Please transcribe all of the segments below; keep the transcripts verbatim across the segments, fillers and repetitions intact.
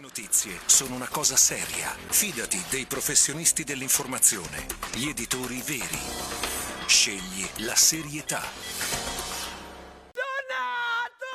Notizie sono una cosa seria. Fidati dei professionisti dell'informazione, gli editori veri. Scegli la serietà. Donato!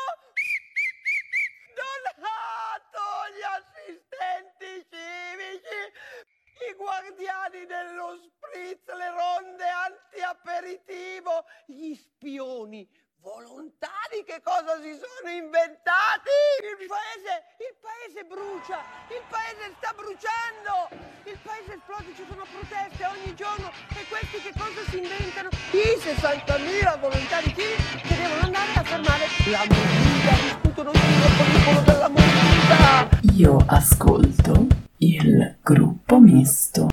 Donato! Gli assistenti civici, i guardiani dello spritz, le ronde anti-aperitivo, gli spioni volontari, che cosa si sono inventati? Il paese, il paese brucia, il paese sta bruciando, il paese esplode, ci sono proteste ogni giorno e questi che cosa si inventano? I sessantamila volontari civici che devono andare a fermare la movida, discutono sul pericolo della movida. Io ascolto il gruppo misto.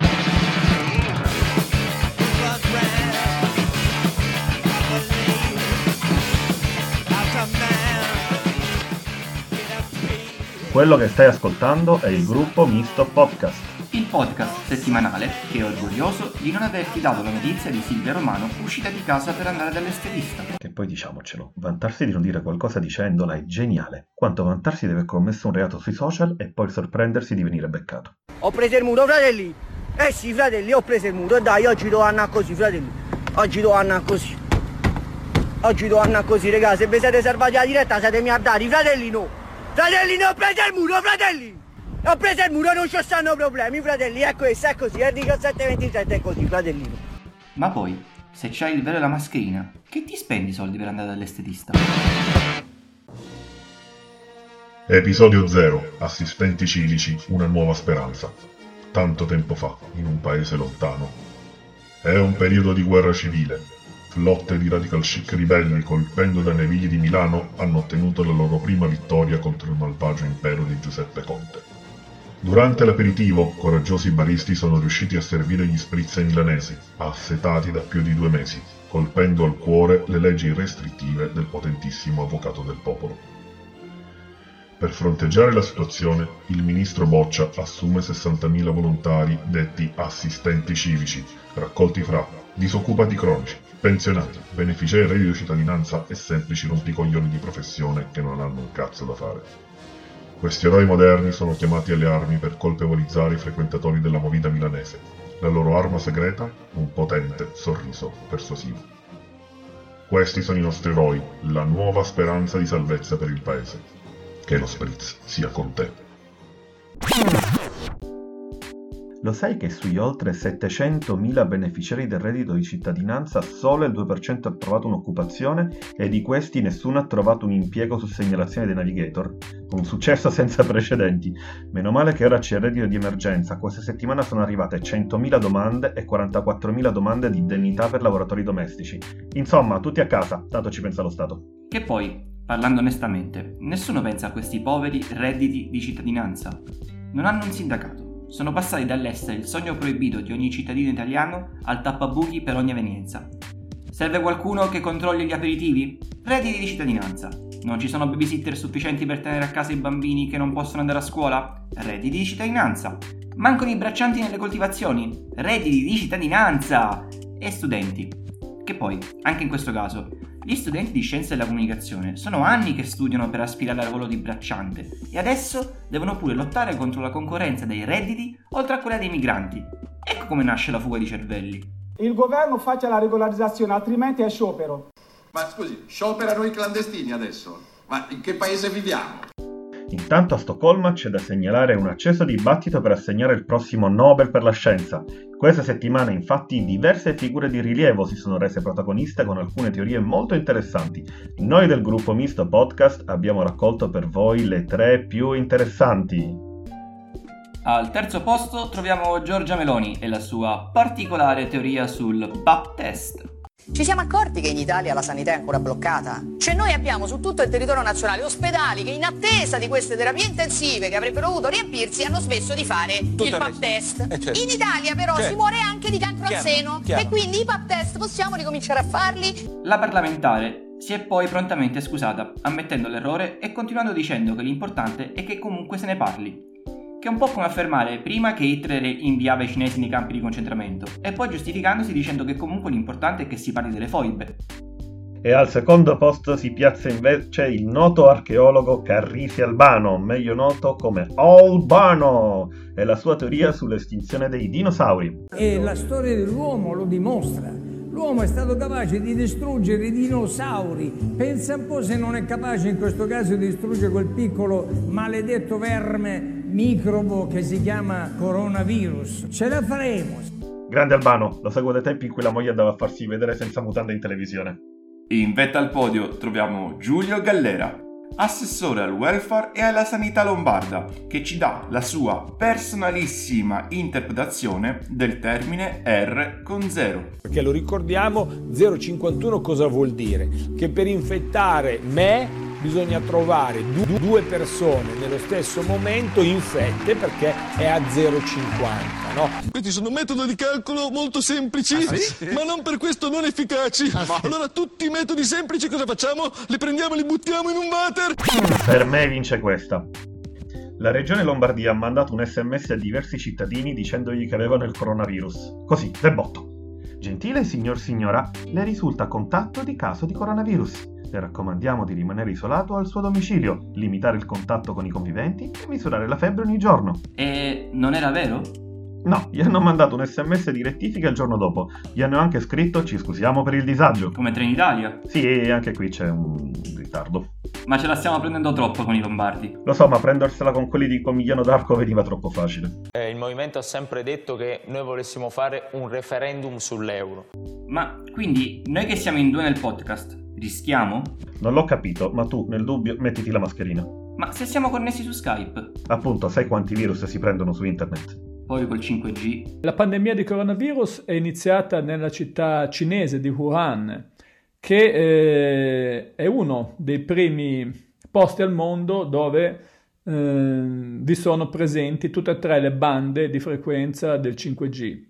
Quello che stai ascoltando è il Gruppo Misto Podcast. Il podcast settimanale che è orgoglioso di non averti dato la notizia di Silvia Romano uscita di casa per andare dall'estetista. Che poi diciamocelo, vantarsi di non dire qualcosa dicendola è geniale, quanto vantarsi di aver commesso un reato sui social e poi sorprendersi di venire beccato. Ho preso il muro, fratelli! Eh sì, fratelli, ho preso il muro, dai, oggi devo andare così, fratelli. Oggi devo andare così. Oggi devo andare così, raga, se vi siete salvati la diretta siete miliardari, fratelli no! Fratelli, ne ho preso il muro, fratelli! Ho preso il muro, non ci stanno problemi, fratelli, è questo, è così, è diciassette ventisette, è così, fratellino. Ma poi, se c'hai il velo e la mascherina, che ti spendi i soldi per andare dall'estetista? Episodio zero. Assistenti civici, una nuova speranza. Tanto tempo fa, in un paese lontano. È un periodo di guerra civile. Flotte di radical chic ribelli, colpendo dai navigli di Milano, hanno ottenuto la loro prima vittoria contro il malvagio impero di Giuseppe Conte. Durante l'aperitivo, coraggiosi baristi sono riusciti a servire gli spritz milanesi, assetati da più di due mesi, colpendo al cuore le leggi restrittive del potentissimo avvocato del popolo. Per fronteggiare la situazione, il ministro Boccia assume sessantamila volontari detti assistenti civici, raccolti fra disoccupati cronici, pensionati, beneficiari del reddito di cittadinanza e semplici rompicoglioni di professione che non hanno un cazzo da fare. Questi eroi moderni sono chiamati alle armi per colpevolizzare i frequentatori della movida milanese. La loro arma segreta? Un potente sorriso persuasivo. Questi sono i nostri eroi, la nuova speranza di salvezza per il paese. Che lo spritz sia con te. Lo sai che sugli oltre settecentomila beneficiari del reddito di cittadinanza solo il due per cento ha trovato un'occupazione e di questi nessuno ha trovato un impiego su segnalazione dei navigator? Un successo senza precedenti. Meno male che ora c'è il reddito di emergenza. Questa settimana sono arrivate centomila domande e quarantaquattromila domande di indennità per lavoratori domestici. Insomma, tutti a casa, tanto ci pensa lo Stato. Che poi, parlando onestamente, nessuno pensa a questi poveri redditi di cittadinanza. Non hanno un sindacato. Sono passati dall'essere il sogno proibito di ogni cittadino italiano al tappabuchi per ogni evenienza. Serve qualcuno che controlli gli aperitivi? Redditi di cittadinanza. Non ci sono babysitter sufficienti per tenere a casa i bambini che non possono andare a scuola? Redditi di cittadinanza. Mancano i braccianti nelle coltivazioni? Redditi di cittadinanza. E studenti. Che poi, anche in questo caso, gli studenti di scienze della comunicazione sono anni che studiano per aspirare al ruolo di bracciante e adesso devono pure lottare contro la concorrenza dei redditi oltre a quella dei migranti. Ecco come nasce la fuga di cervelli. Il governo faccia la regolarizzazione, altrimenti è sciopero. Ma scusi, scioperano i clandestini adesso? Ma in che paese viviamo? Intanto a Stoccolma c'è da segnalare un acceso dibattito per assegnare il prossimo Nobel per la scienza. Questa settimana infatti diverse figure di rilievo si sono rese protagoniste con alcune teorie molto interessanti. Noi del Gruppo Misto Podcast abbiamo raccolto per voi le tre più interessanti. Al terzo posto troviamo Giorgia Meloni e la sua particolare teoria sul B A P test. Ci siamo accorti che in Italia la sanità è ancora bloccata? Cioè noi abbiamo su tutto il territorio nazionale ospedali che in attesa di queste terapie intensive che avrebbero dovuto riempirsi hanno smesso di fare tutto il P A P test. Eh, certo. In Italia però certo. Si muore anche di cancro chiaro, al seno chiaro. E quindi i P A P test possiamo ricominciare a farli? La parlamentare si è poi prontamente scusata, ammettendo l'errore e continuando dicendo che l'importante è che comunque se ne parli. Che è un po' come affermare prima che Hitler inviava i cinesi nei campi di concentramento e poi giustificandosi dicendo che comunque l'importante è che si parli delle foibe. E al secondo posto si piazza invece il noto archeologo Carrisi Albano, meglio noto come Albano, e la sua teoria sull'estinzione dei dinosauri. E la storia dell'uomo lo dimostra. L'uomo è stato capace di distruggere i dinosauri. Pensa un po' se non è capace in questo caso di distruggere quel piccolo maledetto verme microbo che si chiama coronavirus. Ce la faremo. Grande Albano, lo seguo dai tempi in cui la moglie andava a farsi vedere senza mutande in televisione. In vetta al podio troviamo Giulio Gallera, assessore al welfare e alla sanità lombarda, che ci dà la sua personalissima interpretazione del termine R con zero. Perché lo ricordiamo, zero virgola cinquantuno cosa vuol dire? Che per infettare me bisogna trovare du- due persone nello stesso momento infette, perché è a zero virgola cinquanta, no? Questi sono metodi di calcolo molto semplici, ah, sì? ma non per questo non efficaci. Ah, sì? Allora tutti i metodi semplici cosa facciamo? Li prendiamo e li buttiamo in un water? Per me vince questa. La regione Lombardia ha mandato un sms a diversi cittadini dicendogli che avevano il coronavirus. Così, de botto. Gentile signor signora, le risulta contatto di caso di coronavirus. Le raccomandiamo di rimanere isolato al suo domicilio, limitare il contatto con i conviventi e misurare la febbre ogni giorno. E non era vero? No, gli hanno mandato un sms di rettifica il giorno dopo. Gli hanno anche scritto ci scusiamo per il disagio. Come Trenitalia? Sì, e anche qui c'è un ritardo. Ma ce la stiamo prendendo troppo con i lombardi. Lo so, ma prendersela con quelli di Pomigliano d'Arco veniva troppo facile. Eh, il movimento ha sempre detto che noi volessimo fare un referendum sull'euro. Ma quindi noi che siamo in due nel podcast rischiamo? Non l'ho capito, ma tu nel dubbio mettiti la mascherina. Ma se siamo connessi su Skype? Appunto, sai quanti virus si prendono su internet? Poi col cinque G. La pandemia di coronavirus è iniziata nella città cinese di Wuhan, che eh, è uno dei primi posti al mondo dove eh, vi sono presenti tutte e tre le bande di frequenza del cinque G.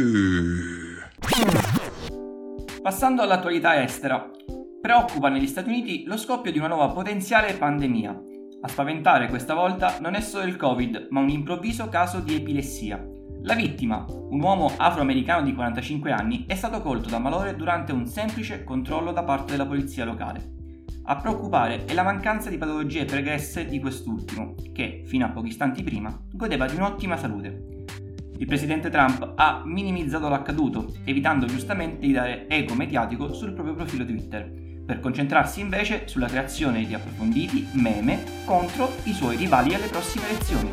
Passando all'attualità estera, preoccupa negli Stati Uniti lo scoppio di una nuova potenziale pandemia. A spaventare questa volta non è solo il Covid, ma un improvviso caso di epilessia. La vittima, un uomo afroamericano di quarantacinque anni, è stato colto da malore durante un semplice controllo da parte della polizia locale. A preoccupare è la mancanza di patologie pregresse di quest'ultimo, che, fino a pochi istanti prima, godeva di un'ottima salute. Il presidente Trump ha minimizzato l'accaduto, evitando giustamente di dare eco mediatico sul proprio profilo Twitter, per concentrarsi invece sulla creazione di approfonditi meme contro i suoi rivali alle prossime elezioni.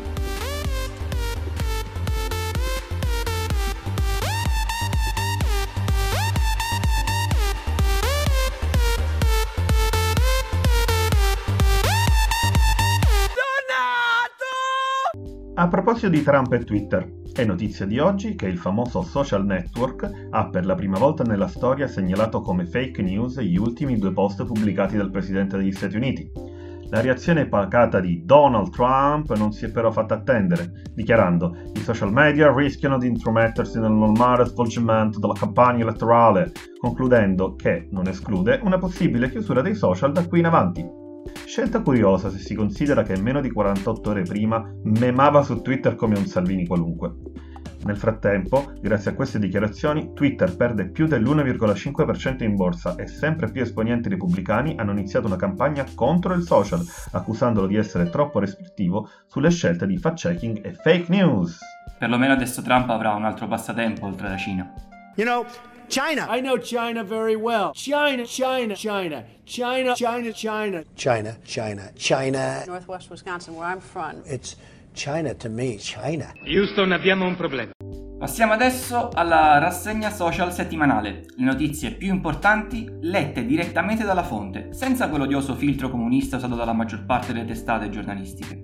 A proposito di Trump e Twitter, è notizia di oggi che il famoso social network ha per la prima volta nella storia segnalato come fake news gli ultimi due post pubblicati dal presidente degli Stati Uniti. La reazione pacata di Donald Trump non si è però fatta attendere, dichiarando «I social media rischiano di intromettersi nel normale svolgimento della campagna elettorale», concludendo che non esclude una possibile chiusura dei social da qui in avanti. Scelta curiosa se si considera che meno di quarantotto ore prima memava su Twitter come un Salvini qualunque. Nel frattempo, grazie a queste dichiarazioni, Twitter perde più dell'uno virgola cinque per cento in borsa e sempre più esponenti repubblicani hanno iniziato una campagna contro il social, accusandolo di essere troppo restrittivo sulle scelte di fact-checking e fake news. Perlomeno adesso Trump avrà un altro passatempo oltre alla Cina. You know, China. I know China very well. China, China, China. China, China, China. China, China, China. Northwest Wisconsin, where I'm from. It's China to me, China. Houston, abbiamo un problema. Passiamo adesso alla rassegna social settimanale, le notizie più importanti lette direttamente dalla fonte, senza quell'odioso filtro comunista usato dalla maggior parte delle testate giornalistiche.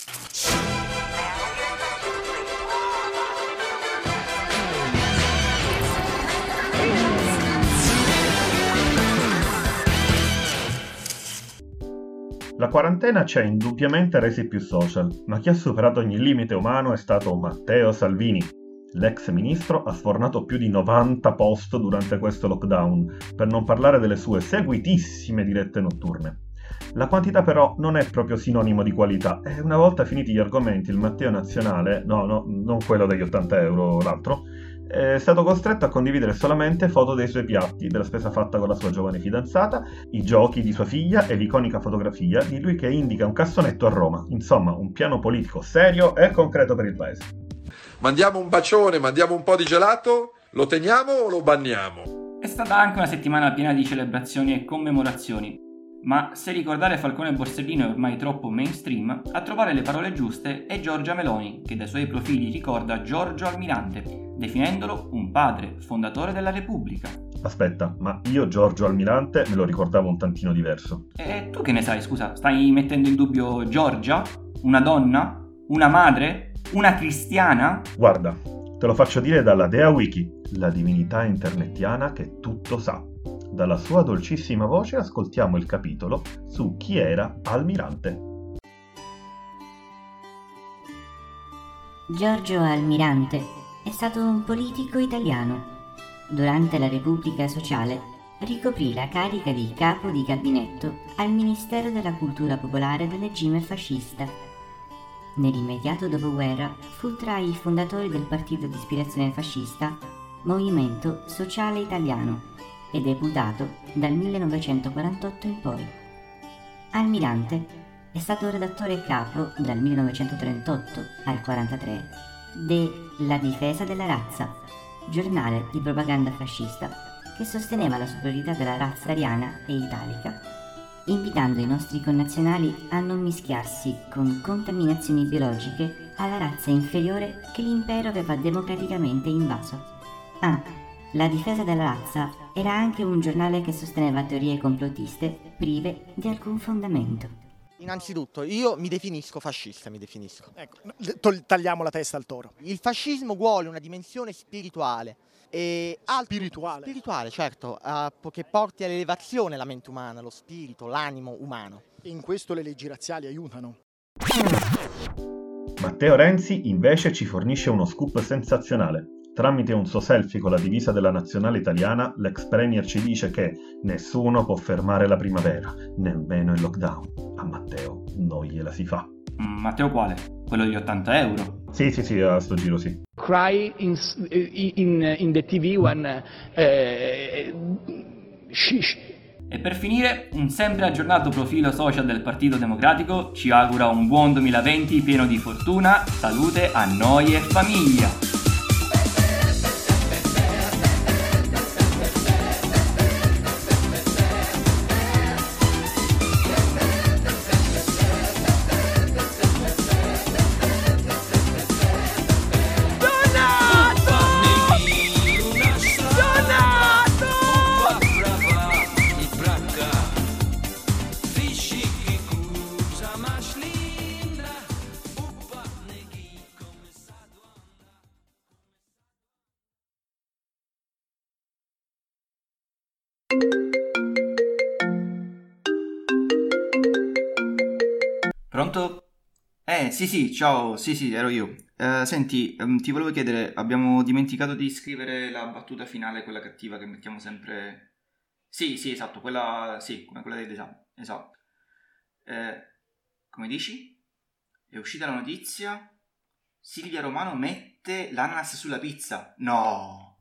La quarantena ci ha indubbiamente resi più social, ma chi ha superato ogni limite umano è stato Matteo Salvini. L'ex ministro ha sfornato più di novanta post durante questo lockdown, per non parlare delle sue seguitissime dirette notturne. La quantità però non è proprio sinonimo di qualità, e una volta finiti gli argomenti il Matteo nazionale, no, no, non quello degli ottanta euro, l'altro, È stato costretto a condividere solamente foto dei suoi piatti, della spesa fatta con la sua giovane fidanzata, i giochi di sua figlia e l'iconica fotografia di lui che indica un cassonetto a Roma. Insomma, un piano politico serio e concreto per il paese. Mandiamo un bacione, mandiamo un po' di gelato, lo teniamo o lo banniamo? È stata anche una settimana piena di celebrazioni e commemorazioni. Ma se ricordare Falcone e Borsellino è ormai troppo mainstream, a trovare le parole giuste è Giorgia Meloni, che dai suoi profili ricorda Giorgio Almirante, definendolo un padre, fondatore della Repubblica. Aspetta, ma io Giorgio Almirante me lo ricordavo un tantino diverso. E tu che ne sai, scusa? Stai mettendo in dubbio Giorgia? Una donna? Una madre? Una cristiana? Guarda, te lo faccio dire dalla Dea Wiki, la divinità internettiana che tutto sa. Dalla sua dolcissima voce ascoltiamo il capitolo su chi era Almirante. Giorgio Almirante è stato un politico italiano. Durante la Repubblica Sociale ricoprì la carica di capo di gabinetto al Ministero della Cultura Popolare del regime fascista. Nell'immediato dopoguerra fu tra i fondatori del partito di ispirazione fascista Movimento Sociale Italiano e deputato dal millenovecentoquarantotto in poi. Almirante è stato redattore capo dal millenovecentotrentotto al quarantatré de La Difesa della Razza, giornale di propaganda fascista che sosteneva la superiorità della razza ariana e italica, invitando i nostri connazionali a non mischiarsi con contaminazioni biologiche alla razza inferiore che l'impero aveva democraticamente invaso. Ah, La Difesa della Razza era anche un giornale che sosteneva teorie complottiste prive di alcun fondamento. Innanzitutto, io mi definisco fascista, mi definisco. Ecco, tol- tagliamo la testa al toro. Il fascismo vuole una dimensione spirituale. E altro, spirituale? Spirituale, certo, uh, che porti all'elevazione la mente umana, lo spirito, l'animo umano. E in questo le leggi razziali aiutano. Matteo Renzi invece ci fornisce uno scoop sensazionale. Tramite un suo selfie con la divisa della nazionale italiana, l'ex premier ci dice che nessuno può fermare la primavera, nemmeno il lockdown. A Matteo non gliela si fa. Matteo quale? Quello degli ottanta euro? Sì, sì, sì, a sto giro sì. Cry in, in, in the T V when... Uh, shish. E per finire, un sempre aggiornato profilo social del Partito Democratico ci augura un buon duemilaventi pieno di fortuna, salute a noi e famiglia. Pronto? Eh, sì, sì, ciao, sì, sì, ero io. Eh, senti, ehm, ti volevo chiedere, abbiamo dimenticato di scrivere la battuta finale, quella cattiva che mettiamo sempre... Sì, sì, esatto, quella, sì, come quella dell'esame, esatto. Eh, come dici? È uscita la notizia? Silvia Romano mette l'ananas sulla pizza? No!